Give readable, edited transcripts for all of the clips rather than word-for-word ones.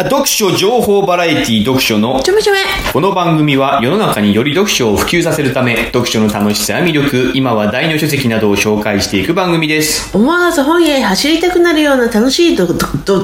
読書情報バラエティ読書のちょめちょめ。 この番組は世の中により読書を普及させるため、読書の楽しさや魅力、今話題の書籍などを紹介していく番組です。 思わず本屋へ走りたくなるような楽しいド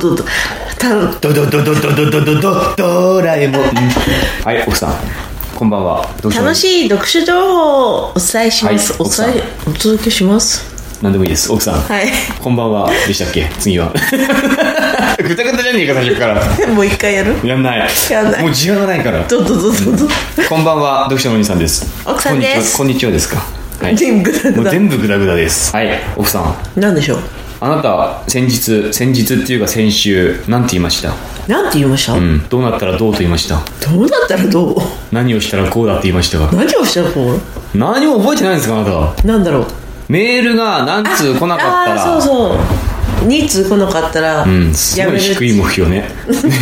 ラえもん。 はい、奥さんこんばんは。 楽しい読書情報をお伝えします、 はい、 お届けします。 何でもいいです。奥さん、 はい、 こんばんはでしたっけ。次はぐたぐたじゃねえか最初からもう一回やる。 やんない。もう時間がないから。 どうぞ。 こんばんは、読書のお兄さんです。 奥さんです。 こんにちはですか。はい、 全部グダグダ。 もう全部グダグダです。はい、奥さん何でしょう。 あなた先日っていうか先週なんて言いました。 なんて言いました、 どうなったらどうと言いました。 どうなったらどう。 何をしたらこうだって言いましたが。 何をしたらこう。 何も覚えてないんですかあなたは。 なんだろう。 メールが何通来なかったら。 そう2通来なかったら、 すごい低い目標ね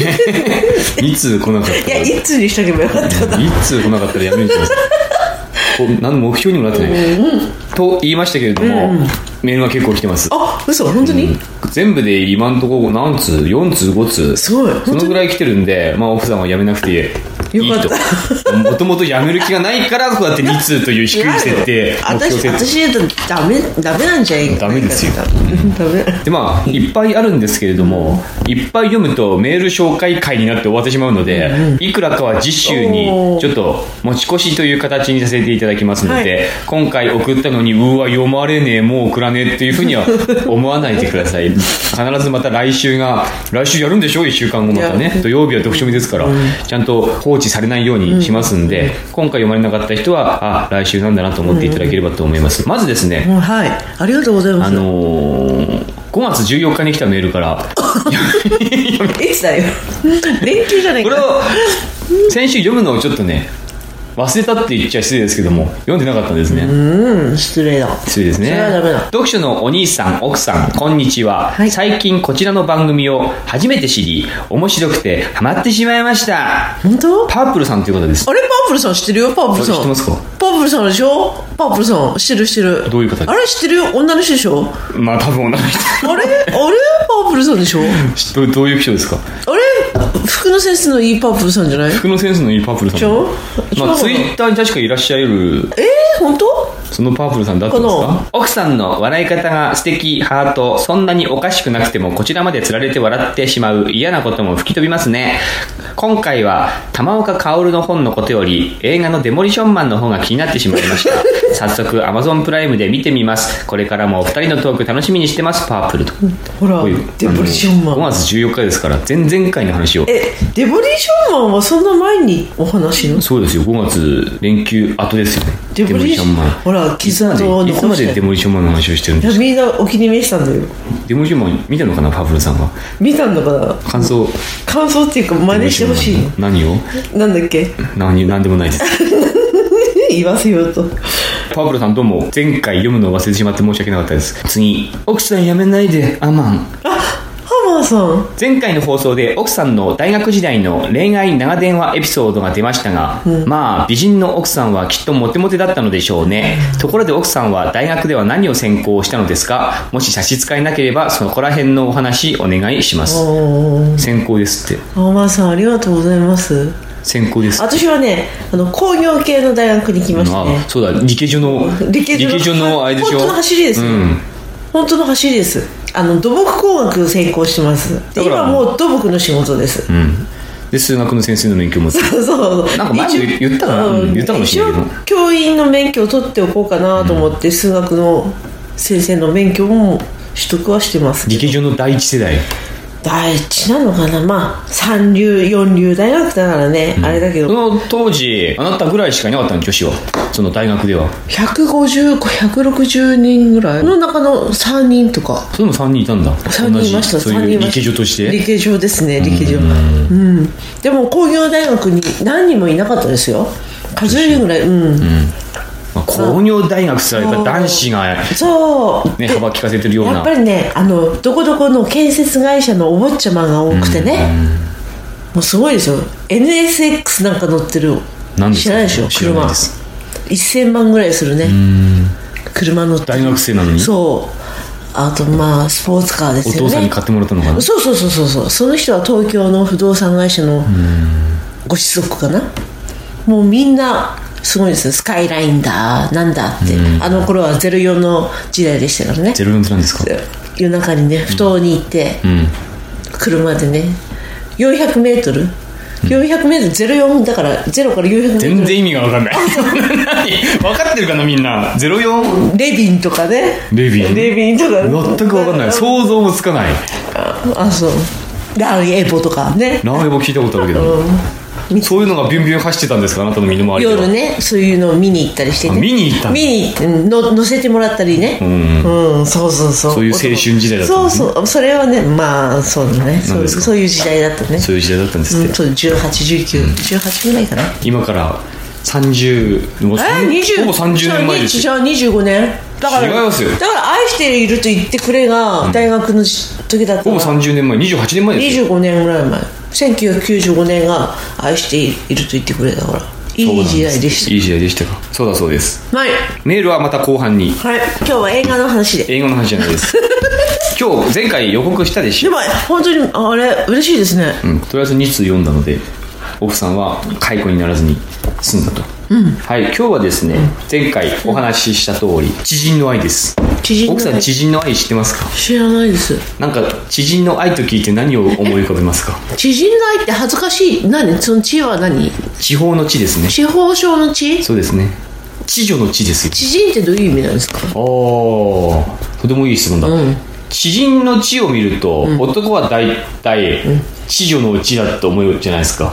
2通来なかったら。 いや1通にしとけばよかった。 1通来なかったらやめるんじゃないですか。何の目標にもなってない、と言いましたけれども、メールが結構来てます。 あ、嘘、本当に、 全部で今のところ何通、4通5通、 すごい、 そのぐらい来てるんで、奥さんは辞めなくていいと。もともと辞める気がないからこうやって2通という低い設定目標設定。 私言うとダメなんじゃい。 ダメですよ。 ダメでいっぱいあるんですけれども、いっぱい読むとメール紹介会になって終わってしまうので、いくらかは次週にちょっと持ち越しという形にさせていただきますので、今回送ったのにうわ読まれねえ、もう送らねえっていうふうには思わないでください。必ずまた来週やるんでしょう。1週間後またね、土曜日は読書日ですから、ちゃんと放置されないようにしますんで、今回読まれなかった人は来週なんだなと思っていただければと思います。まずですね、 はい、ありがとうございます。 5月14日に来たメールからいつだよ連休じゃないか。 これを先週読むのをちょっとね忘れたって言っちゃ失礼ですけども、読んでなかったんですね。 失礼だ。 失礼ですね。 それはダメだ。 読書のお兄さん、奥さん、こんにちは、はい、最近こちらの番組を初めて知り、面白くてハマってしまいました。 本当？ パープルさんという方です。 あれ、パープルさん知ってるよ。パープルさん知ってますか。パープルさんでしょ。パープルさん知ってる。 どういう方ですか。 あれ知ってるよ。女の人でしょ。 多分女の人。 あれパープルさんでしょ。 どういう人ですか。 あれ服のセンスのいいパープルさんじゃない。 服のセンスのいいパープルさん。ツイッターに確かいらっしゃる。 本当？ そのパープルさんだったんですか。奥さんの笑い方が素敵、ハート。そんなにおかしくなくてもこちらまでつられて笑ってしまう嫌なことも吹き飛びますね。今回は玉岡薫の本のことより映画のデモリションマンの方が気になってしまいました早速 Amazon プライムで見てみます。これからもお二人のトーク楽しみにしてます。パープルと。 ほら、デモリションマン 5月14日ですから、前々回の話を。 デモリションマンはそんな前にお話の。 そうですよ、5月連休後ですよね。 デモリションマン、ほら、傷跡を残して。 いつまでデモリションマンの話をしてるんですか。 みんなお気に召したんだよ。 デモリションマン見たのかな、パープルさんは。 見たのかな。 感想っていうか真似してほしいの。 何を。 なんだっけ。 何でもないです言わせようと。 パープルさんどうも、前回読むのを忘れてしまって申し訳なかったです。次、奥さんやめないでアマン。 ハマーさん。 前回の放送で奥さんの大学時代の恋愛長電話エピソードが出ましたが、美人の奥さんはきっとモテモテだったのでしょうね。ところで奥さんは大学では何を専攻したのですか。もし差し支えなければそこら辺のお話お願いします。専攻ですって。 ハマーさん、ありがとうございます。 専攻です。 私はね、工業系の大学に来ましたね。 そうだ、理系女のあれでしょ。 本当の走りですよ、本当の走りです。土木工学専攻してます。今もう土木の仕事です、 で数学の先生の免許も。 そうなんか前も言ったかな、言ったかもしれないけど、 教員の免許を取っておこうかなと思って、数学の先生の免許も取得はしてます。 理系女の第一世代。 第一なのかな。三流四流大学だからね、あれだけど、 その当時あなたぐらいしかいなかったの、女子は。その大学では 150、160人ぐらいの中の3人とか。 それも3人いたんだ。 3人いました。 そういう理系女として。 理系女ですね、理系女。でも工業大学に何人もいなかったですよ。数えるぐらい。 工業大学ってやっぱ男子がね、幅利かせてるような。 やっぱりね、どこどこの建設会社のお坊ちゃまが多くてね、もうすごいですよ。 NSX なんか乗ってる。知らないでしょ。車1000万ぐらいするね、車乗って。 大学生なのに。 そう、 あとまあスポーツカーですよね。 お父さんに買ってもらったのかな。 そうその人は東京の不動産会社のご子息かな。もうみんなすごいですよ。スカイラインだなんだって、あの頃は04の時代でしたからね。 04って何ですか。 夜中にね埠頭に行って、車でね400メートル04だから0から400メートル。 全然意味が分かんない分かってるかなみんな。04 レビンとかね。 レビンとか全く分かんない。想像もつかない。 そうランエボとかね。 ランエボ聞いたことあるけど、そういうのがビュンビュン走ってたんですか、あなたの身の回りでは。 夜ねそういうのを見に行ったりしてね。 見に行ったの乗せてもらったりね。そうそういう青春時代だったんですね。 そうそれはねまあそうだね。そういう時代だったね。 そういう時代だったんですって。 そう181918ぐらいかな。 今から30ほぼ30年前ですよ。 じゃあ25年だから。 違いますよ。 だから愛していると言ってくれが大学の時だったらほぼ30年前28年前ですよ。 25年ぐらい前1995年が愛していると言ってくれだからいい時代でした。 いい時代でしたか。そうだそうです。 はい。 メールはまた後半に。 はい。今日は映画の話で。 映画の話じゃないです今日前回予告したでしょ。 でも本当にあれ嬉しいですね。 とりあえず2通読んだので奥さんは解雇にならずに済んだと。はい。今日はですね前回お話しした通り知人の愛です。奥さん知人の愛知ってますか。 知らないです。 なんか知人の愛と聞いて何を思い浮かべますか。 知人の愛って恥ずかしい。何その知は何。 地方の地ですね。 地方症の知。 そうですね。知女の知ですよ。 知人ってどういう意味なんですか。 とてもいい質問だ。知人の知を見ると、男は大体、知女の知だと思うじゃないですか。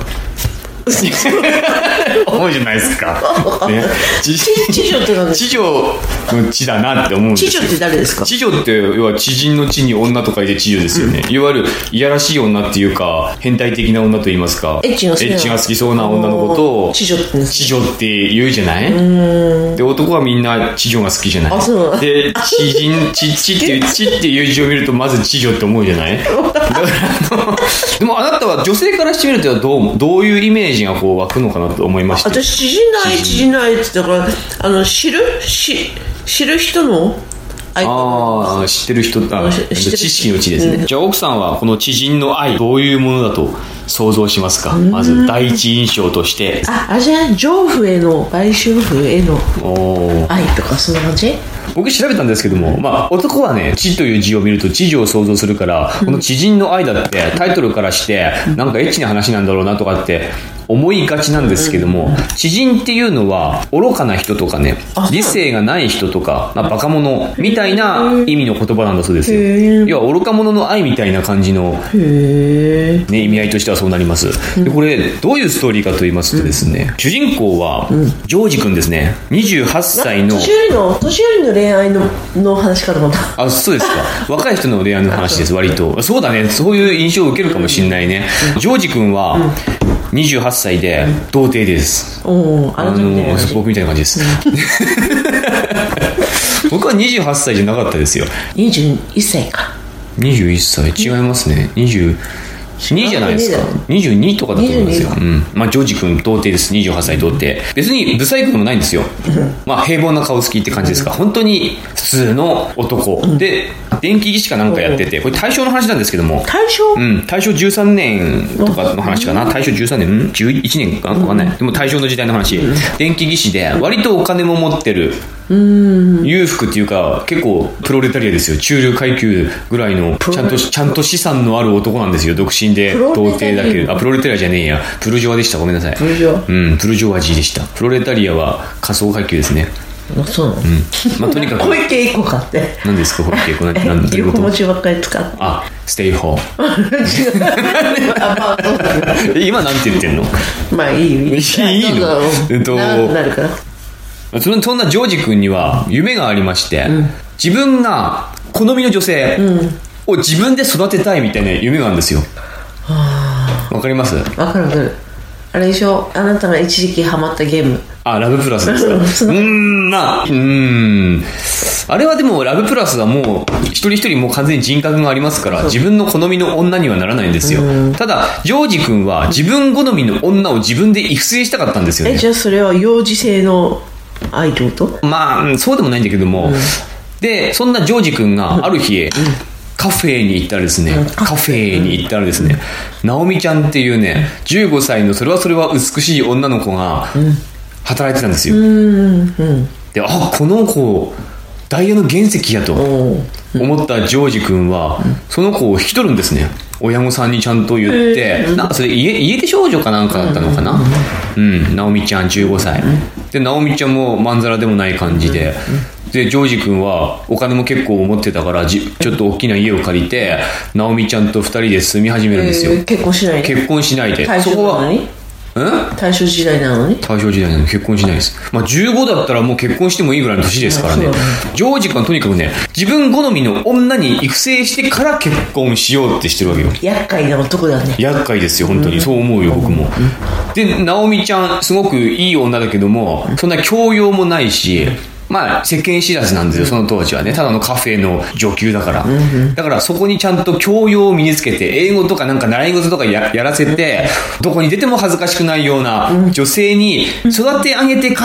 思うじゃないですか、ね、知女って何ですか。 知女の知だなって思うんですよ。 知女って誰ですか。 知女って要は知人の知に女と書いて知女ですよね、いわゆるいやらしい女っていうか変態的な女と言いますか、 エッチが好きそうな女のことを知女って言うじゃない。で男はみんな知女が好きじゃない。で知人知っていう字を見るとまず知女って思うじゃないでもあなたは女性からしてみるとどういうイメージがこう湧くのかなと思いまして。 私知人の愛ってだから知る人の愛。 知ってる人知識の知ですね、じゃあ奥さんはこの知人の愛どういうものだと想像しますか。まず第一印象として。 あれじゃない上夫への売春婦への愛とかそんな感じ。 僕調べたんですけども、男はね知という字を見ると知女を想像するから、この知人の愛だってタイトルからしてなんかエッチな話なんだろうなとかって思いがちなんですけども、知人っていうのは愚かな人とかね理性がない人とか、バカ者みたいな意味の言葉なんだそうですよ。要は愚か者の愛みたいな感じの、ね、意味合いとしてはそうなります。でこれどういうストーリーかと言いますとですね、主人公はジョージ君ですね。28歳の年寄りの恋愛の話かと思った。 そうですか。若い人の恋愛の話です。割とそうだね、そういう印象を受けるかもしれないね。ジョージ君は28歳で童貞です。僕みたいな感じです僕は28歳じゃなかったですよ。 21歳か。 21歳違いますね。22じゃないですか。22とかだと思うんですよ。ジョージ君童貞です。28歳童貞。別にブサイクでもないんですよ。平凡な顔つきって感じですか。本当に普通の男で電気技師かなんかやってて、これ大正の話なんですけども。 大正大正13年とかの話かな。大正13年11年か分かんない。でも大正の時代の話。電気技師で割とお金も持ってる裕福っていうか結構プロレタリアですよ。中流階級ぐらいのちゃんと資産のある男なんですよ。独身で童貞だけど。プロレタリアじゃねえや、プルジョワでした。ごめんなさい。プルジョワジーでした。プロレタリアは仮想階級ですね。 そうなの。 とにかく小池一個買って。 何ですか小池一個。何ていうこと。 横文字ばっかり使って。 ステイホー今なんて言ってんの。 いいのなるから。 そんなジョージ君には夢がありまして、自分が好みの女性を自分で育てたいみたいな夢があるんですよ。わかります？ わかる。あれでしょ、あなたが一時期ハマったゲーム。 ラブプラスですか。あれはでもラブプラスはもう一人一人もう完全に人格がありますから自分の好みの女にはならないんですよ。ただジョージ君は自分好みの女を自分で育成したかったんですよね。 じゃあそれは幼児性の愛ってこと？ そうでもないんだけども、 でそんなジョージ君がある日、カフェに行ったらですね、ナオミちゃんっていうね、15歳のそれは美しい女の子が働いてたんですよ。で、この子ダイヤの原石やと思ったジョージ君はその子を引き取るんですね。親御さんにちゃんと言って、なんかそれ家出少女かなんかだったのかな。ナオミちゃん15歳で、ナオミちゃんもまんざらでもない感じで、でジョージ君はお金も結構持ってたからちょっと大きな家を借りてナオミちゃんと2人で住み始めるんですよ。 結婚しないでそこは大正時代なのに結婚しないです。15だったらもう結婚してもいいぐらいの年ですからね。ジョージ君はとにかくね、自分好みの女に育成してから結婚しようってしてるわけよ。 厄介な男だね。 厄介ですよ本当に、そう思うよ僕も。でナオミちゃんすごくいい女だけども、そんな教養もないし、世間知らずなんですよその当時はね。ただのカフェの女給だから、だからそこにちゃんと教養を身につけて、英語とかなんか習い事とか やらせて、どこに出ても恥ずかしくないような女性に育て上げてから、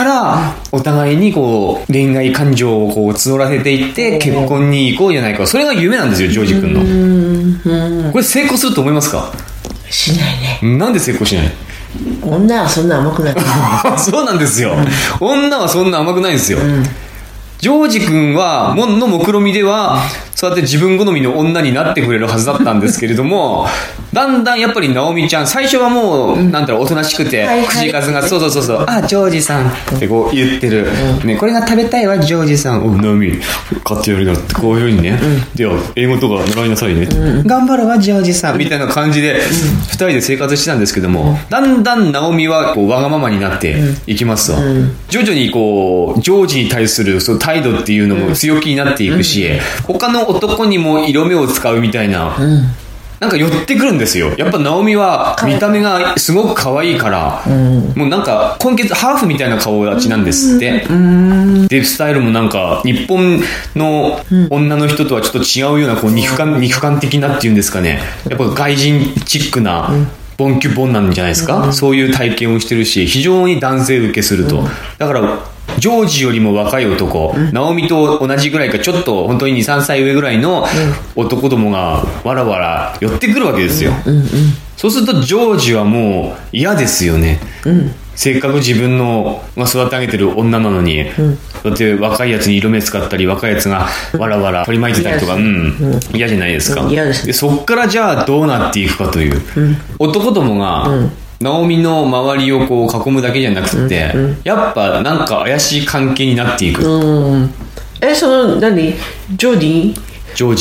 お互いにこう恋愛感情をこう募らせていって結婚に行こうじゃないか。それが夢なんですよジョージ君の。これ成功すると思いますか？ しないね。 なんで成功しない？ 女はそんな甘くない。 そうなんですよ、女はそんな甘くないんですよ。ジョージ君はの目論見ではそうやって自分好みの女になってくれるはずだったんですけれども、だんだんやっぱりナオミちゃん最初はもうなんだろう、おとなしくて口数がそうジョージさんってこう言ってる、ね、これが食べたいわジョージさん、ナオミ買ってやるよってこういう風にね、では英語とか習いなさいね、頑張るわジョージさんみたいな感じで2人で生活してたんですけども、だんだんナオミはこうわがままになっていきますわ。徐々にこうジョージに対するその態度っていうのも強気になっていくし、他の男にも色目を使うみたいな、なんか寄ってくるんですよ。やっぱナオミは見た目がすごく可愛いから、もうなんか今月ハーフみたいな顔立ちなんですって、でスタイルもなんか日本の女の人とはちょっと違うようなこう肉感的なっていうんですかね、やっぱ外人チックなボンキュボンなんじゃないですか、そういう体験をしてるし、非常に男性受けすると、だからジョージよりも若い男、ナオミと同じぐらいかちょっと本当に 2,3 歳上ぐらいの男どもがわらわら寄ってくるわけですよ。そうするとジョージはもう嫌ですよね。せっかく自分の育て上げてる女なのに、だって若いやつに色目使ったり、若いやつがわらわら取り巻いてたりとか、嫌じゃないですか。でそっからじゃあどうなっていくかという、男どもがナオミの周りをこう囲むだけじゃなくて、やっぱなんか怪しい関係になっていく。 そのジョージジョー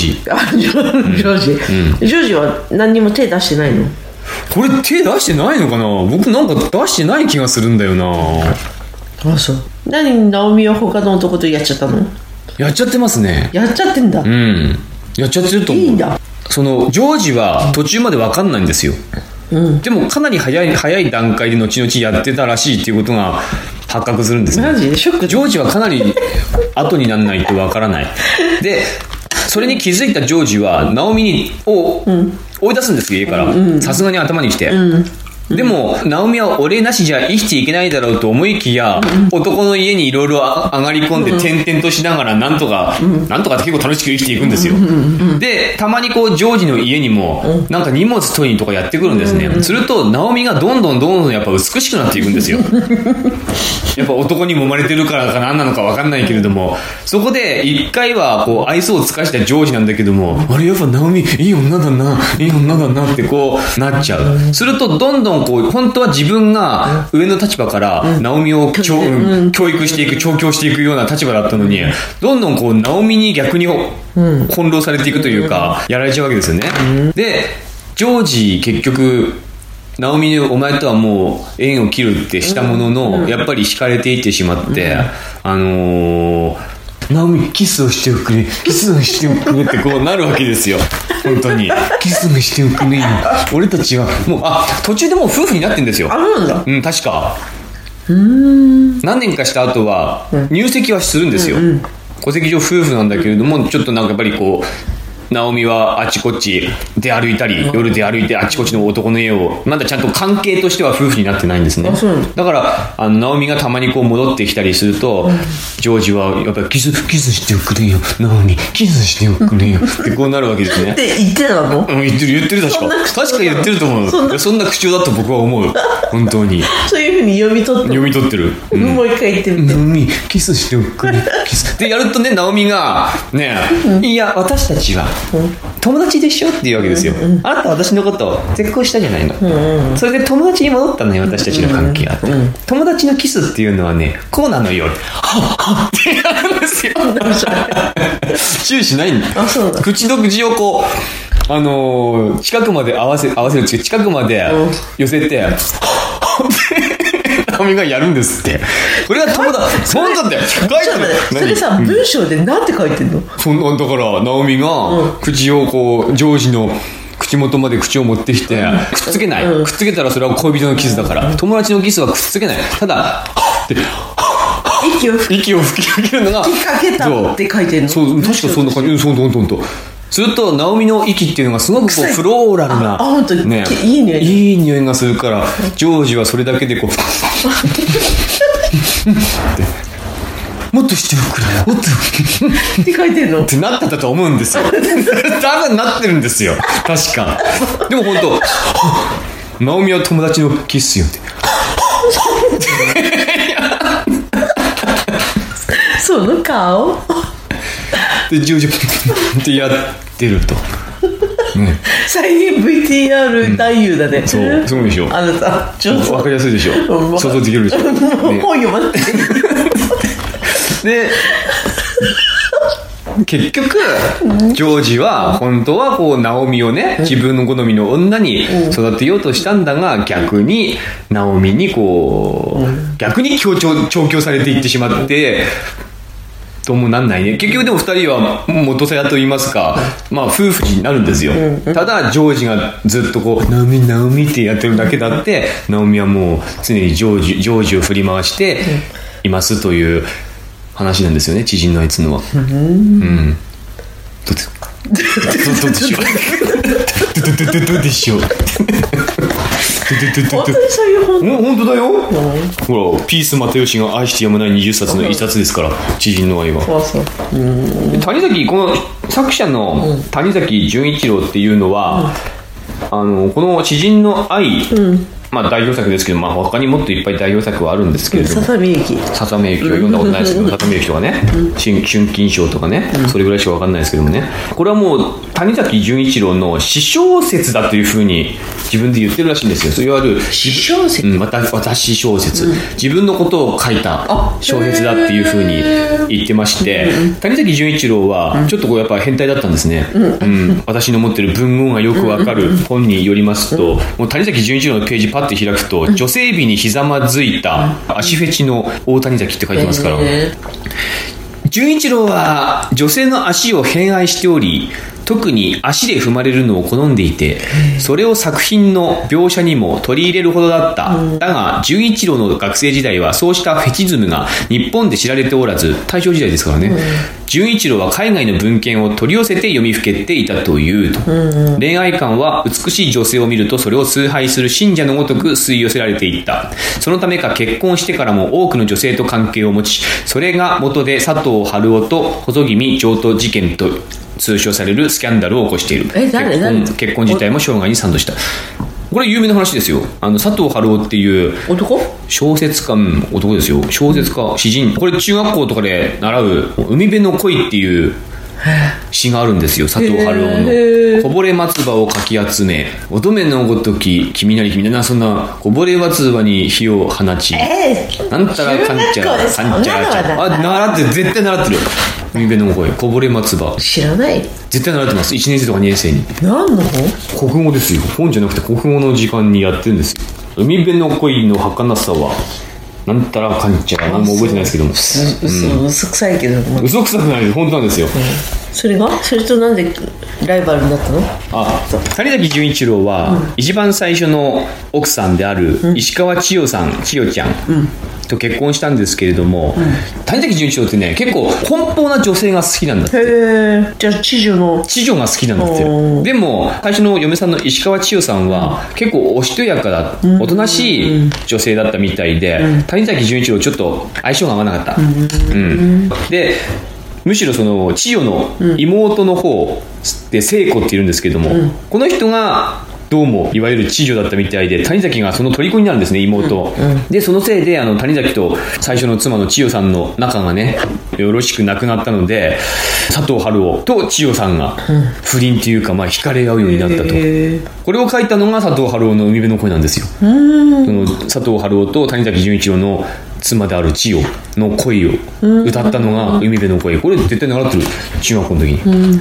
ジは何にも手出してないの？ これ手出してないのかな。僕なんか出してない気がするんだよな。 そう。ナオミは他の男とやっちゃったの？ やっちゃってますね。 やっちゃってんだ。 やっちゃってると思う。いいんだ。そのジョージは途中まで分かんないんですよ。でもかなり早い段階で後々やってたらしいっていうことが発覚するんですね。 マジでショック。 ジョージはかなり後にならないと分からない。でそれに気づいたジョージはナオミを追い出すんですよ、家から。さすがに頭にきて、でもナオミは俺なしじゃ生きていけないだろうと思いきや、男の家にいろいろ上がり込んで転々としながらなんとかって結構楽しく生きていくんですよ。でたまにこうジョージの家にもなんか荷物取りにとかやってくるんですね。するとナオミがどんどんやっぱ美しくなっていくんですよ。やっぱ男にも生まれてるからか何なのか分かんないけれども、そこで一回はこう愛想を尽かしたジョージなんだけども、あれやっぱナオミいい女だなってこうなっちゃう。するとどんどんこう本当は自分が上の立場からナオミを教育していく、調教していくような立場だったのに、どんどんこうナオミに逆に翻弄されていくというか、やられちゃうわけですよね。でジョージ結局ナオミにお前とはもう縁を切るってしたものの、やっぱり惹かれていってしまって、ナオミキスをしておくれってこうなるわけですよ。本当にキスをしておくれよ、俺たちはもう途中でもう夫婦になってんですよ。 なんだ。 確か何年かした後は入籍はするんですよ。戸籍上夫婦なんだけれども、ちょっとなんかやっぱりこう直美はあちこち出歩いたり、夜出歩いてあちこちの男の家を、まだちゃんと関係としては夫婦になってないんですね。だから直美がたまにこう戻ってきたりすると、ジョージはやっぱりキスしておくれよ直美、キスしておくれよってこうなるわけですね。 って言ってたの？ 言ってる確か言ってると思う。そんな口調だと僕は思う。本当にそういうふうに読み取ってる、もう一回言ってみて。 直美キスしておくれキスでやるとね、直美がね、いや私たちは友達でしょって言うわけですよ。あなた私のこと絶交したじゃないの、それで友達に戻ったのよ、私たちの関係が、友達のキスっていうのはねこうなのよってやるんですよ。注意しないんだ。口と口をこう近くまで合わせるんですけど、近くまで寄せて直美がやるんですって。これが友達そうだって書いてる。 それさ、文章でなんて書いてんの？ だから直美が口をこうジョージの口元まで口を持ってきてくっつけない、くっつけたらそれは恋人のキスだから、友達のキスはくっつけない。ただ息を吹きかけるのが吹きかけたって書いてるの？ そう、確かそんな感じ。そうすると直美の息っていうのがすごくこうフローラルな、 本当に、ね、いい匂いがするから、ジョージはそれだけでこうもっとしておくれ、もっとって書いてるのってなってたと思うんですよ。多分なってるんですよ、確か。でも本当直美は友達のキスよってその顔でジョージってやってると、 再現 VTR 男優だね、 そうすごいでしょ。 あなた分かりやすいでしょ、想像できるでしょ、 本読まなくてで結局ジョージは本当はこう直美をね、自分の好みの女に育てようとしたんだが、逆に直美にこう逆に調教されていってしまってどうもなんないね。結局でも2人は元さやと言いますか、まあ夫婦になるんですよ。ただジョージがずっとこう直美ってやってるだけだって、直美はもう常にジョージを振り回していますという話なんですよね、知人のあいつのは。どうでしょう本当にそういう本？ 本当だよ。ほら、ピース又吉が愛してやまない20冊の一冊ですから、知人の愛は。谷崎、この作者の谷崎潤一郎っていうのは、この知人の愛、まあ代表作ですけど、まあ他にもっといっぱい代表作はあるんですけれども、 ささめゆきは読んだことないですけど、ささめゆきとかね、春金賞とかね、それぐらいしか分かんないですけどもね、これはもう谷崎潤一郎の私小説だというふうに自分で言ってるらしいんですよ。そういわゆる私小説、 私小説、自分のことを書いた小説だっていうふうに言ってまして、谷崎潤一郎はちょっとこうやっぱ変態だったんですね。私の持ってる文言がよく分かる本によりますと、もう谷崎潤一郎のページパッて開くと、女性美にひざまずいた足フェチの大谷崎って書いてますから、潤一郎は女性の足を偏愛しており、特に足で踏まれるのを好んでいて、それを作品の描写にも取り入れるほどだった。だが潤一郎の学生時代はそうしたフェチズムが日本で知られておらず、大正時代ですからね、潤一郎は海外の文献を取り寄せて読みふけていたというと、恋愛観は美しい女性を見るとそれを崇拝する信者のごとく吸い寄せられていった。そのためか結婚してからも多くの女性と関係を持ち、それが元で佐藤春夫と細君譲渡事件と通称されるスキャンダルを起こしている。結婚自体も生涯に賛同した。これ有名な話ですよ。佐藤春夫っていう男小説家、男ですよ。小説家、詩人。これ中学校とかで習う海辺の恋っていう詩があるんですよ、佐藤春夫の。こぼれ松葉をかき集め、乙女のごとき君なり君な、そんなこぼれ松葉に火を放ち、なんたらかんちゃらかんちゃらちゃ、習ってる、絶対習ってる。海辺の声、こぼれ松葉。 知らない。 絶対習ってます。1年生とか2年生に。 何の本？国語ですよ。本じゃなくて国語の時間にやってるんですよ。海辺の恋の儚さはなんたらかんちゃら、何も覚えてないですけども、 嘘くさいけど、 嘘くさくないです、本当なんですよ。 それとなんでライバルになったの？ 谷崎潤一郎は、一番最初の奥さんである石川千代さん、千代ちゃんと結婚したんですけれども、谷崎潤一郎ってね結構奔放な女性が好きなんだって。 へえ。じゃあ知女が好きなんだって。でも最初の嫁さんの石川千代さんは結構おしとやかだ、おとなしい女性だったみたいで、谷崎潤一郎ちょっと相性が合わなかった。でむしろその千代の妹の方で聖子っているんですけども、この人がどうもいわゆる知女だったみたいで、谷崎がその虜になるんですね、妹。でそのせいで谷崎と最初の妻の千代さんの仲がねよろしくなくなったので、佐藤春夫と千代さんが不倫というか、惹かれ合うようになったと。これを書いたのが佐藤春夫の海辺の声なんですよ。その佐藤春夫と谷崎潤一郎の妻である千代の恋を歌ったのが海辺の声。これ絶対習ってる、中学校の時に。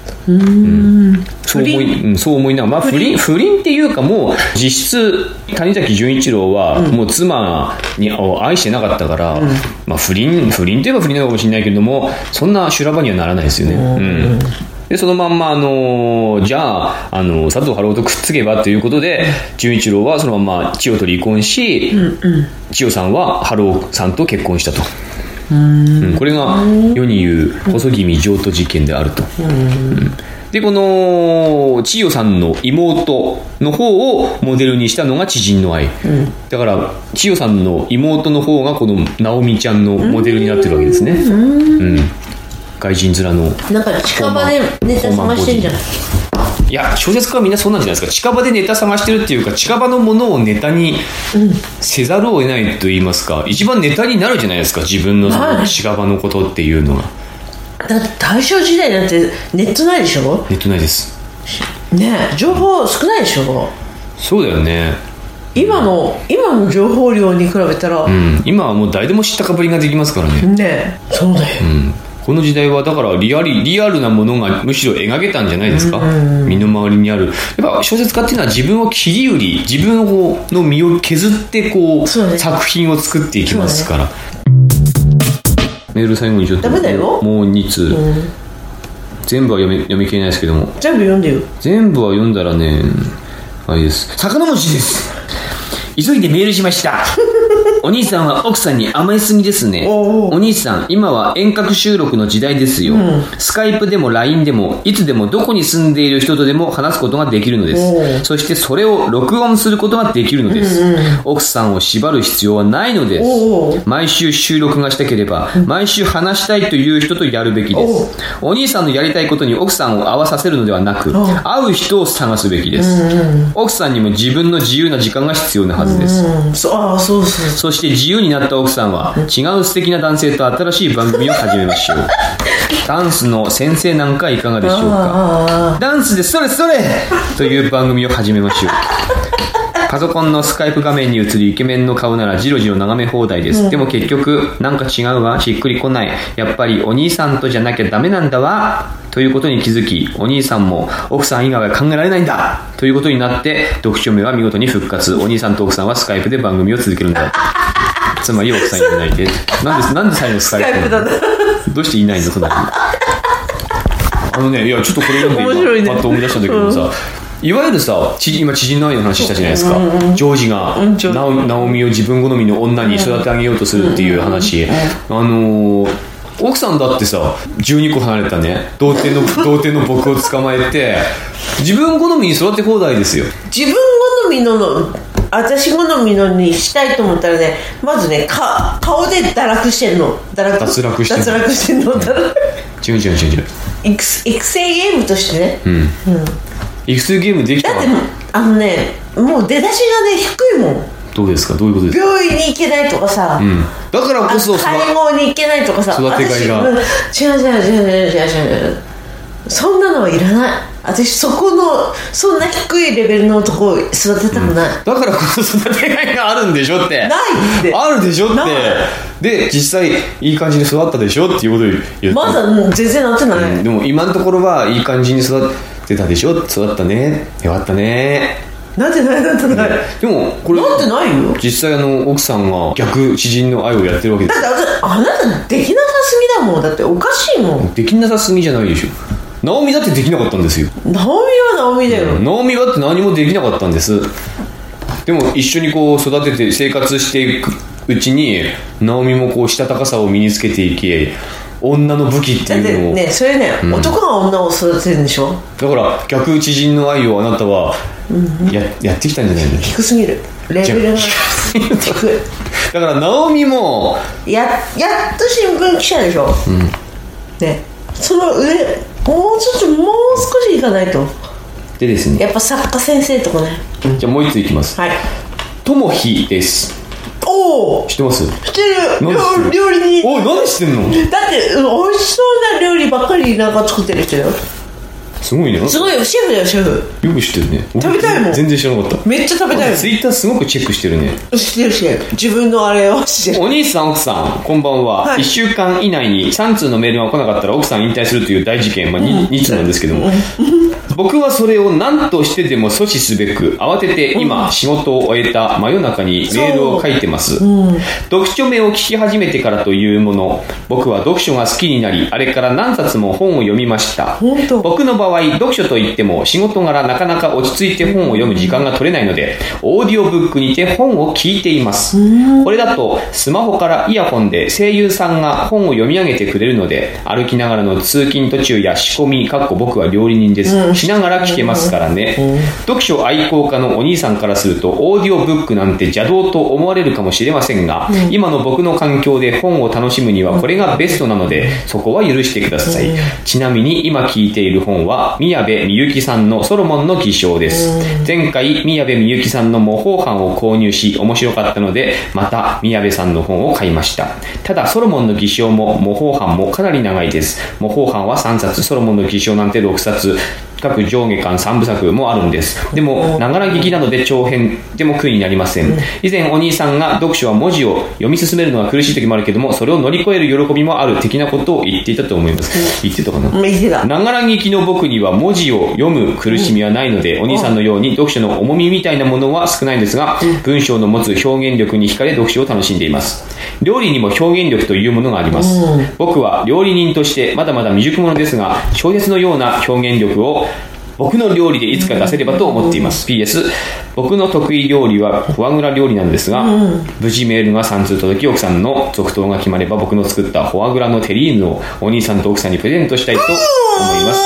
そう思いながら、不倫っていうか、もう実質谷崎潤一郎はもう妻を愛してなかったから、不倫といえば不倫なのかもしれないけれども、そんな修羅場にはならないですよね。でそのまんまじゃあ佐藤春夫とくっつけばということで、潤一郎はそのまま千代と離婚し、千代さんは春夫さんと結婚したと。これが世に言う細君譲渡事件であると。でこの千代さんの妹の方をモデルにしたのが知人の愛、だから千代さんの妹の方がこの直美ちゃんのモデルになってるわけですね。外人面のなんか近場でネタ探してんじゃん。 いや小説家はみんなそうなんじゃないですか。近場でネタ探してるっていうか、近場のものをネタにせざるを得ないと言いますか、一番ネタになるじゃないですか、自分のその近場のことっていうのが。 だって大正時代なんてネットないでしょ。 ネットないですねえ、情報少ないでしょ。 そうだよね。 今の情報量に比べたら、 今はもう誰でも知ったかぶりができますからね。 ねえ、そうだよ。 この時代はだからリアルなものがむしろ描けたんじゃないですか。身の回りにある、やっぱ小説家っていうのは自分を切り売り、自分の身を削ってこう、作品を作っていきますから。メール最後にちょっともう2通、全部は読み切れないですけども、 全部読んでよ。 全部は読んだらね、あれです。魚餅です。急いでメールしました。お兄さんは奥さんに甘えすぎですね。お兄さん、今は遠隔収録の時代ですよ。スカイプでも LINE でもいつでもどこに住んでいる人とでも話すことができるのです。そしてそれを録音することができるのです。奥さんを縛る必要はないのです。毎週収録がしたければ毎週話したいという人とやるべきです。お兄さんのやりたいことに奥さんを合わさせるのではなく、会う人を探すべきです。奥さんにも自分の自由な時間が必要なはずです。そして自由になった奥さんは違う素敵な男性と新しい番組を始めましょう。ダンスの先生なんかいかがでしょうか。ダンスでそれという番組を始めましょう。パソコンのスカイプ画面に映るイケメンの顔ならじろじろ眺め放題です。でも結局なんか違うわ、しっくりこない、やっぱりお兄さんとじゃなきゃダメなんだわということに気づき、お兄さんも奥さん以外は考えられないんだということになって、読書名は見事に復活。お兄さんと奥さんはスカイプで番組を続けるんだ。つまり奥さんいないで。なんで最後スカイプだどうしていないのそんなに。いやちょっとこれ読んで今パッと思い出したんだけどさ、いわゆるさ、今知人の愛の話したじゃないですか。ジョージがナオミを自分好みの女に育て上げようとするっていう話。奥さんだってさ、12個離れたね童貞の僕を捕まえて自分好みに育て放題ですよ。 自分好みの私好みのにしたいと思ったらね、まずね、顔で堕落してんの。脱落してんの。 違う育成ゲームとしてね。 育成ゲームできた。 だってもう出だしがね低いもん。 どうですか、どういうことですか。 病院に行けないとかさ、 だからこそ介護に行けないとかさ、 育てがいが違う、そんなのはいらない。私そんな低いレベルの男を育てたくない、 だからこそ育てがいがあるんでしょって。 ないってあるでしょって。で実際いい感じに育ったでしょっていうことを言って、 まだ全然なってない、 でも今のところはいい感じに育てたでしょ。育ったね、よかったね。 なんてない。 でもこれなんてないよ。 実際奥さんが逆知人の愛をやってるわけです。 だってあなたできなさすぎだもん。だっておかしいもん。 できなさすぎじゃないでしょ。ナオミだってできなかったんですよ。 ナオミはナオミだよ。 ナオミはって何もできなかったんです。でも一緒にこう育てて生活していくうちに直美もこうしたたかさを身につけていき、女の武器っていうのをね、それね、男が女を育てるんでしょ。 だから逆知人の愛をあなたはやってきたんじゃないの。 低すぎる、レベルが低い。 だから直美もやっと新聞記者でしょ、ね、その上もう少しいかないと。 でですね、 やっぱ作家先生とかね、 じゃあもう一ついきます。 はい。 ともひです。 おお、 知ってます？ 知ってる。料理に。 おい、なんで知ってんの？ だって美味しそうな料理ばっかりなんか作ってる人よ。 すごいね。 すごいよ、シェフだよ、シェフ。 よく知ってるね。 食べたいもん。 全然知らなかった。 めっちゃ食べたいもん。 ツイッターすごくチェックしてるね。 知ってる自分のあれを知ってる。 お兄さん奥さんこんばんは、はい、1週間以内に3通のメールが来なかったら奥さん引退するという大事件、2通なんですけども、僕はそれを何としてでも阻止すべく慌てて今、仕事を終えた真夜中にメールを書いてます、読書目を聞き始めてからというもの、僕は読書が好きになり、あれから何冊も本を読みました。僕の場合読書といっても仕事柄なかなか落ち着いて本を読む時間が取れないので、オーディオブックにて本を聞いています。これだとスマホからイヤホンで声優さんが本を読み上げてくれるので、歩きながらの通勤途中や仕込み僕は料理人です、しながら聞けますからね、読書愛好家のお兄さんからするとオーディオブックなんて邪道と思われるかもしれませんが、今の僕の環境で本を楽しむにはこれがベストなので、そこは許してください。ちなみに今聞いている本は宮部みゆきさんのソロモンの偽証です。前回宮部みゆきさんの模倣版を購入し面白かったので、また宮部さんの本を買いました。ただソロモンの偽証も模倣版もかなり長いです。模倣版は3冊、ソロモンの偽証なんて6冊、各上下巻3部作もあるんです。でもながら聞きなので長編でも苦になりません。以前お兄さんが読書は文字を読み進めるのが苦しい時もあるけども、それを乗り越える喜びもある的なことを言っていたと思います。言ってたかな。 言ってた。 ながら聞きの僕には文字を読む苦しみはないので、お兄さんのように読書の重みみたいなものは少ないんですが、文章の持つ表現力に惹かれ読書を楽しんでいます。料理にも表現力というものがあります。僕は料理人としてまだまだ未熟者ですが、小説のような表現力を僕の料理でいつか出せればと思っています。 PS 僕の得意料理はフォアグラ料理なんですが、無事メールが3通届き、奥さんの続投が決まれば僕の作ったフォアグラのテリーヌをお兄さんと奥さんにプレゼントしたいと思います。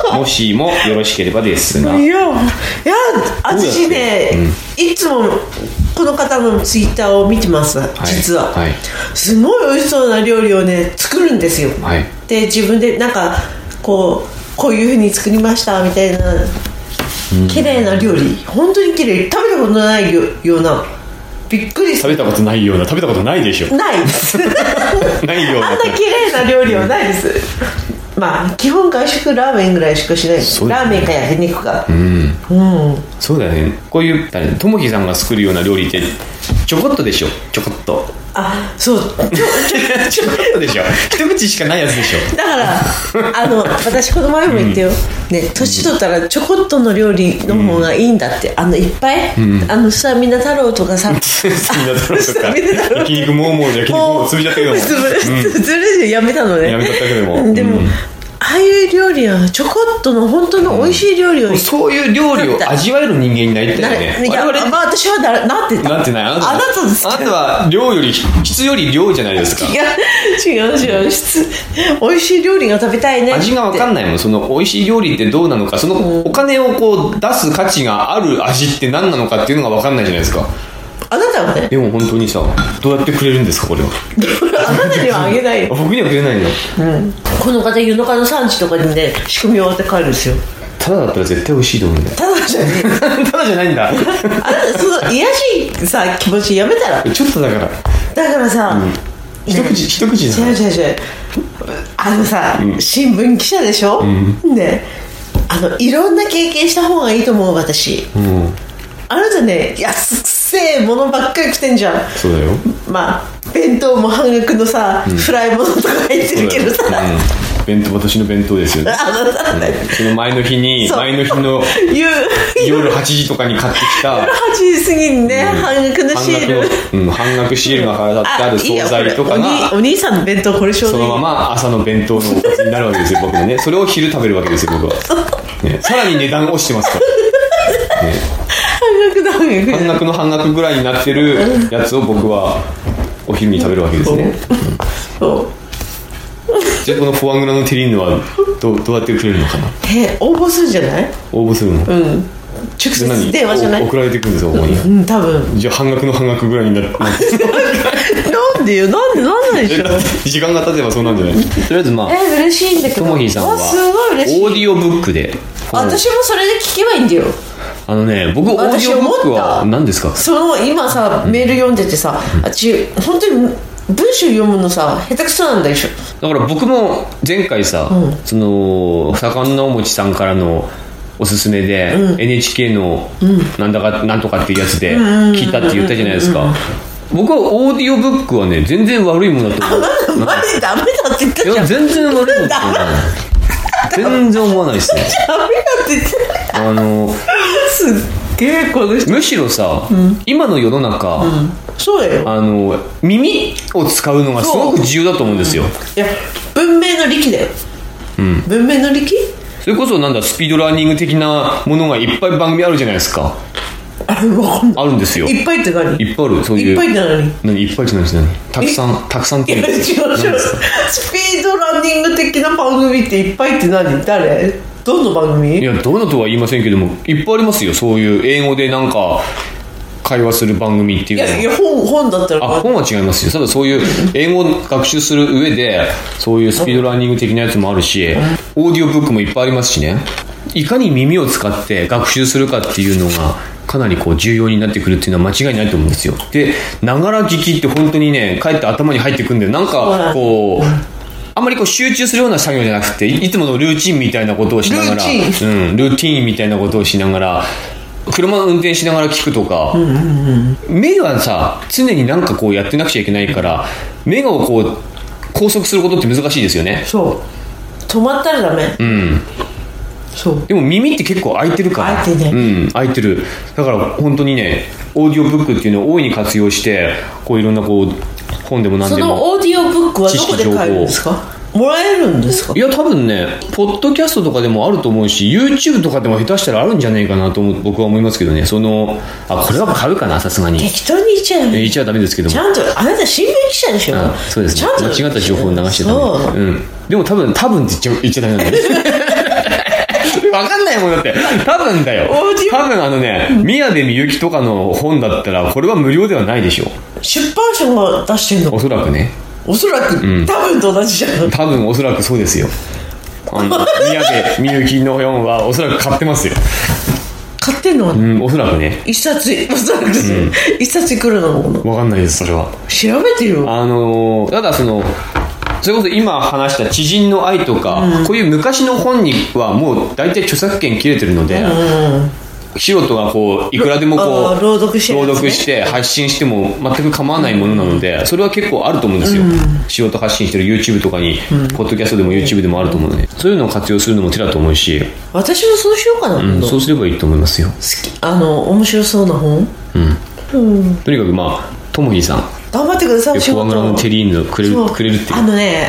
もしもよろしければですが。 いや私ね、いつもこの方のツイッターを見てます、実は、すごい美味しそうな料理をね作るんですよ、で自分でなんかこういう風に作りましたみたいな綺麗な料理、本当に綺麗、食べたことないような、びっくり食べたことないような、食べたことないでしょ。 ないですないような、 あんな綺麗な料理はないです、まあ基本外食ラーメンぐらいしかしない、ラーメンか焼肉か、 そうだよね。こういうともひさんが作るような料理ってちょこっとでしょ、ちょこっと。 あ、そうちょこっとでしょ、一口しかないやつでしょ。 だから私この前も言ってよ、ね、年取ったらちょこっとの料理の方がいいんだって、いっぱい、スタミナ太郎とかさ、 スタミナ太郎とか焼肉もう焼肉も潰しちゃったけども、 潰れやめたのね、 やめちゃったけども、 でも、ああいう料理はちょこっとの本当の美味しい料理を、 そういう料理を味わえる人間になりたいよね。 いや、私はなってた。 なってない。あなたですか。あなたは量より質より量じゃないですか。 違う美味しい料理が食べたいね。 味が分かんないもん。その美味しい料理ってどうなのか、そのお金をこう出す価値がある味って何なのかっていうのが分かんないじゃないですか。 あなたはね。 でも本当にさ、どうやってくれるんですか、これは。 あなたにはあげないよ。 僕にはくれないの。 この方、湯の花の産地とかにね、仕組み終わって帰るんですよ。 ただだったら絶対美味しいと思うんだよ。 ただじゃねえ。 ただじゃないんだ。 あなたその癒やしいさ気持ちやめたら。 ちょっとだからさ、 一口だ。 違うさ、新聞記者でしょ、ね、いろんな経験した方がいいと思う、私。あなたね、安くせえものばっかり食ってんじゃん。 そうだよ。 まあ弁当も半額のさ、フライものとか入ってるけどさ、 私の弁当ですよね。その前の日の夜8時とかに買ってきた 8時過ぎにね、半額のシール、 半額シールが貼ってある惣菜とかが、 お兄さんの弁当これちょうどいい。 そのまま朝の弁当のおかずになるわけですよ、僕もね。それを昼食べるわけですよ、僕は。さらに値段落ちてますから。 半額だ半額の半額ぐらいになってるやつを僕はお昼に食べるわけですね。 そうじゃあこのフォアグラのテリーヌはどうやってくれるのかな。 応募するんじゃない？ 応募するの？ 直接電話じゃない？ 送られてくるんですよ、ここに。 多分。 じゃあ半額の半額ぐらいになってなんでよ、なんないでしょ。 時間が経てばそうなんじゃない？とりあえず嬉しいんだけど。 ともひーさんはすごい嬉しい。 オーディオブックで。 私もそれで聞けばいいんだよ。 僕オーディオブックは何ですか？ 今さメール読んでてさ、本当に文章読むのさ下手くそなんだでしょ。 だから僕も前回さ、その盛んなおもちさんからのおすすめで、NHK のなんだかなんとかっていうやつで聞いたって言ったじゃないですか。僕はオーディオブックはね全然悪いものだと思う。 マジダメだって言ったじゃん。 いや全然悪いものだと思う。全然思わないですね。 ダメだって言ってすっげえこの人。 むしろさ、今の世の中、 そうだよ。 耳を使うのがすごく重要だと思うんですよ。 いや文明の利器だよ。文明の利器？ それこそスピードラーニング的なものがいっぱい番組あるじゃないですか。 あるんですよ。 いっぱいって何？ いっぱいある。そういう。 いっぱいって何？ いっぱいって何？たくさんって違う。スピードランニング的な番組っていっぱいって何？誰？どの番組？ いやどのとは言いませんけどもいっぱいありますよ。そういう英語で会話する番組っていうのは。 いや本だったら。 本は違いますよ。ただそういう英語を学習する上でそういうスピードラーニング的なやつもあるし、オーディオブックもいっぱいありますしね。いかに耳を使って学習するかっていうのがかなり重要になってくるっていうのは間違いないと思うんですよ。でながら聞きって本当にねかえって頭に入ってくるんであんまり集中するような作業じゃなくていつものルーチンみたいなことをしながらルーティンみたいなことをしながら車運転しながら聞くとか、目はさ常にやってなくちゃいけないから目を拘束することって難しいですよね。 そう止まったらダメ。そうでも耳って結構開いてるから開いてね、 開いてる。だから本当にねオーディオブックっていうのを大いに活用していろんな本でも何でも。 そのオーディオブックはどこで買えるんですか？もらえるんですか？ いや多分ねポッドキャストとかでもあると思うし YouTube とかでも下手したらあるんじゃないかなと僕は思いますけどね。これは買うかなさすがに。 適当に言っちゃう。 言っちゃダメですけども。 ちゃんとあなた新聞記者でしょ。 そうですね。 ちゃんと間違った情報を流してたね。でも多分って言っちゃダメなんだよ分かんないもんだって多分だよ。多分宮部みゆきとかの本だったらこれは無料ではないでしょ。 出版社が出してんの？ おそらくね。 おそらく、多分と同じじゃん。 多分おそらくそうですよ。宮部みゆきの本はおそらく買ってますよ。 買ってんの？ おそらくね。 一冊おそらく一冊いくらなのかな。 分かんないですそれは。 調べてよ。 ただそれこそ今話した知人の愛とか、こういう昔の本にはもう大体著作権切れてるので、素人がいくらでも朗読して発信しても全く構わないものなので、それは結構あると思うんですよ。素人発信してる YouTube とかに、ポッドキャストでも YouTube でもあると思うので、そういうのを活用するのも手だと思うし、 私もそうしようかな。 そうすればいいと思いますよ。 面白そうな本。 とにかくともひーさん頑張ってください。 フォアグラのテリーヌくれるっていう。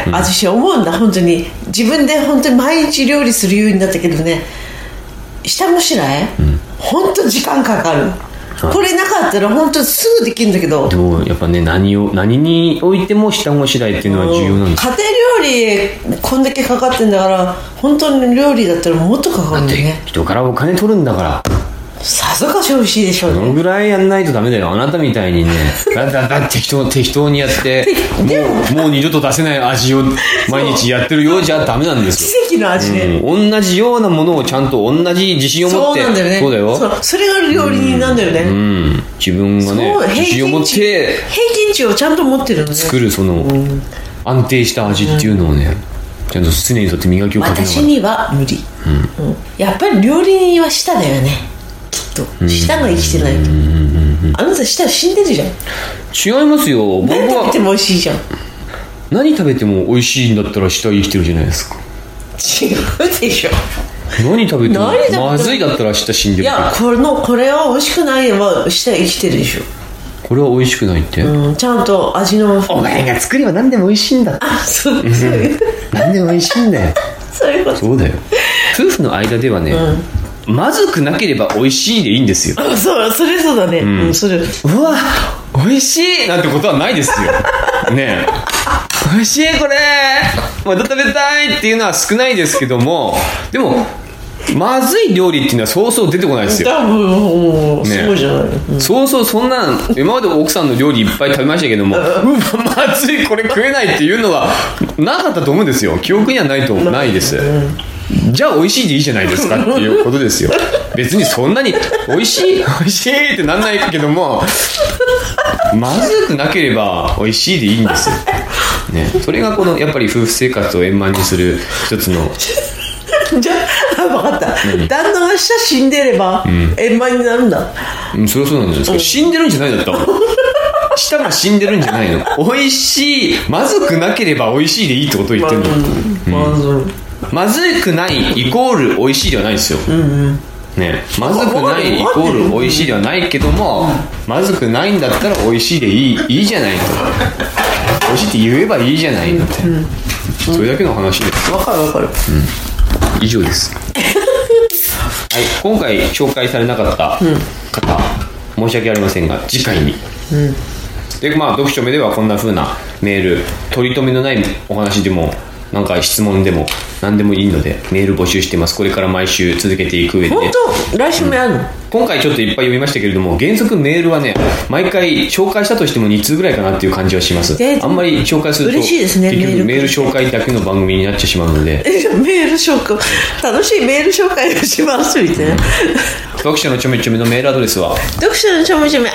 私思うんだ本当に。自分で本当に毎日料理するようになったけどね、下ごしらえ、本当時間かかる。これなかったら本当すぐできるんだけど。 でもやっぱね何においても下ごしらえっていうのは重要なんです。 家庭料理こんだけかかってんだから本当に料理だったらもっとかかるんだよね。 人からお金取るんだから。 さぞかし美味しいでしょうね。 そのぐらいやんないとダメだよ。あなたみたいにね適当にやってもう二度と出せない味を毎日やってるようじゃダメなんですよ。 奇跡の味ね、 同じようなものをちゃんと同じ自信を持って。 そうなんだよね。 そうだよ。 それが料理人なんだよね、 自分がね自信を持って平均値をちゃんと持ってるのね。 作る安定した味っていうのをね、ちゃんと常にとって磨きをかけながら。 私には無理、やっぱり料理人は舌だよね。きっと舌が生きてないと。あなた舌死んでるじゃん。 違いますよ。 何食べても美味しいじゃん。 何食べても美味しいんだったら舌生きてるじゃないですか。 違うでしょ。 何食べてもまずいだったら舌死んでる。 いやこれは美味しくないは舌生きてるでしょ。 これは美味しくないって、 ちゃんと味の。 お前が作れば何でも美味しいんだって。 そう何でも美味しいんだよ。 そういうこと。 そうだよ。夫婦の間ではね、 まずくなければ美味しいでいいんですよ。 そうだね、それうわ美味しいなんてことはないですよねえ、美味しいこれまた食べたいっていうのは少ないですけども、でもまずい料理っていうのはそうそう出てこないですよ。 多分すごいじゃない、 そうそうそんなん今まで奥さんの料理いっぱい食べましたけども、うわまずいこれ食えないっていうのはなかったと思うんですよ。記憶にはないです、じゃあ美味しいでいいじゃないですかっていうことですよ。別にそんなに美味しいってなんないけども、まずくなければ美味しいでいいんですよ、ね、それがこのやっぱり夫婦生活を円満にする一つのじゃあ分かった、旦那が舌死んでれば円満になるんだ、 それはそうなんですけど、死んでるんじゃないんだった舌が死んでるんじゃないの。美味しいまずくなければ美味しいでいいってことを言ってるの、まずくないイコール美味しいではないですよ、ね、まずくないイコール美味しいではないけども、まずくないんだったら美味しいでいいじゃないと、美味しいって言えばいいじゃないのって、それだけの話です。 分かる、 以上ですはい、今回紹介されなかった方、申し訳ありませんが次回に、で読書目ではこんな風なメール、取り留めのないお話でもなんか質問でも何でもいいのでメール募集してます。これから毎週続けていく上で、 本当来週もやるの、 今回ちょっといっぱい読みましたけれども、原則メールはね毎回紹介したとしても2通ぐらいかなっていう感じはします。あんまり紹介すると嬉しいですね、 結局メール紹介だけの番組になってしまうのでメール紹介楽しいメール紹介をしますみたいな、 読書のちょめちょめのメールアドレスは読書のちょめちょめ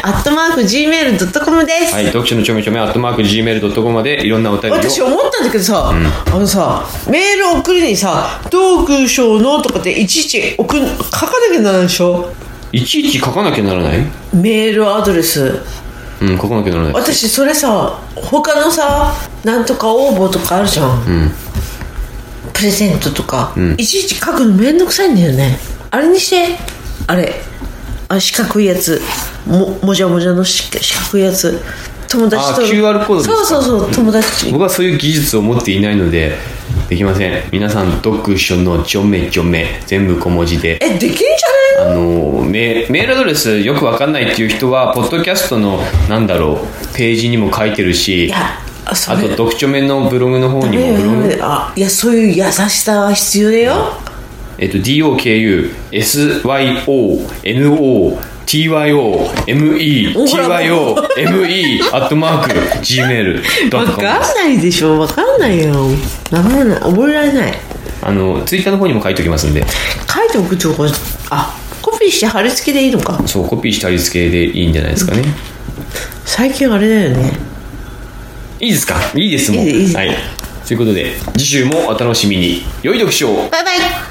@gmail.com です。 はい、読書のちょめちょめ@gmail.com までいろんなお便りを。 私思ったんだけどさ、メール送るにさ、読書のとかっていちいち書かなきゃならないでしょ。 いちいち書かなきゃならない。 メールアドレス、 書かなきゃならない。 私それさ、他のさなんとか応募とかあるじゃん、プレゼントとか、いちいち書くのめんどくさいんだよね。あれにして、四角いやつ、もじゃもじゃの四角いやつ、友達と QR コードですか。 そう友達。 僕はそういう技術を持っていないのでできません。皆さん読書のちょめちょめ全部小文字でできんじゃねメールアドレスよくわかんないっていう人はポッドキャストのページにも書いてるし、あと読書めのブログの方にもブログ、 いやそういう優しさは必要だよ。 DOKUSYONOTYOME@gmail.com 分かんないでしょ。分かんないよ。覚えられない。 ツイッターの方にも書いておきますんで。 書いておくとこ、コピーして貼り付けでいいのか。 そう、コピーして貼り付けでいいんじゃないですかね。 最近あれだよね。 いいですか。いいですもん。 いいです。 はい。ということで次週もお楽しみに。良い読書を。 バイバイ。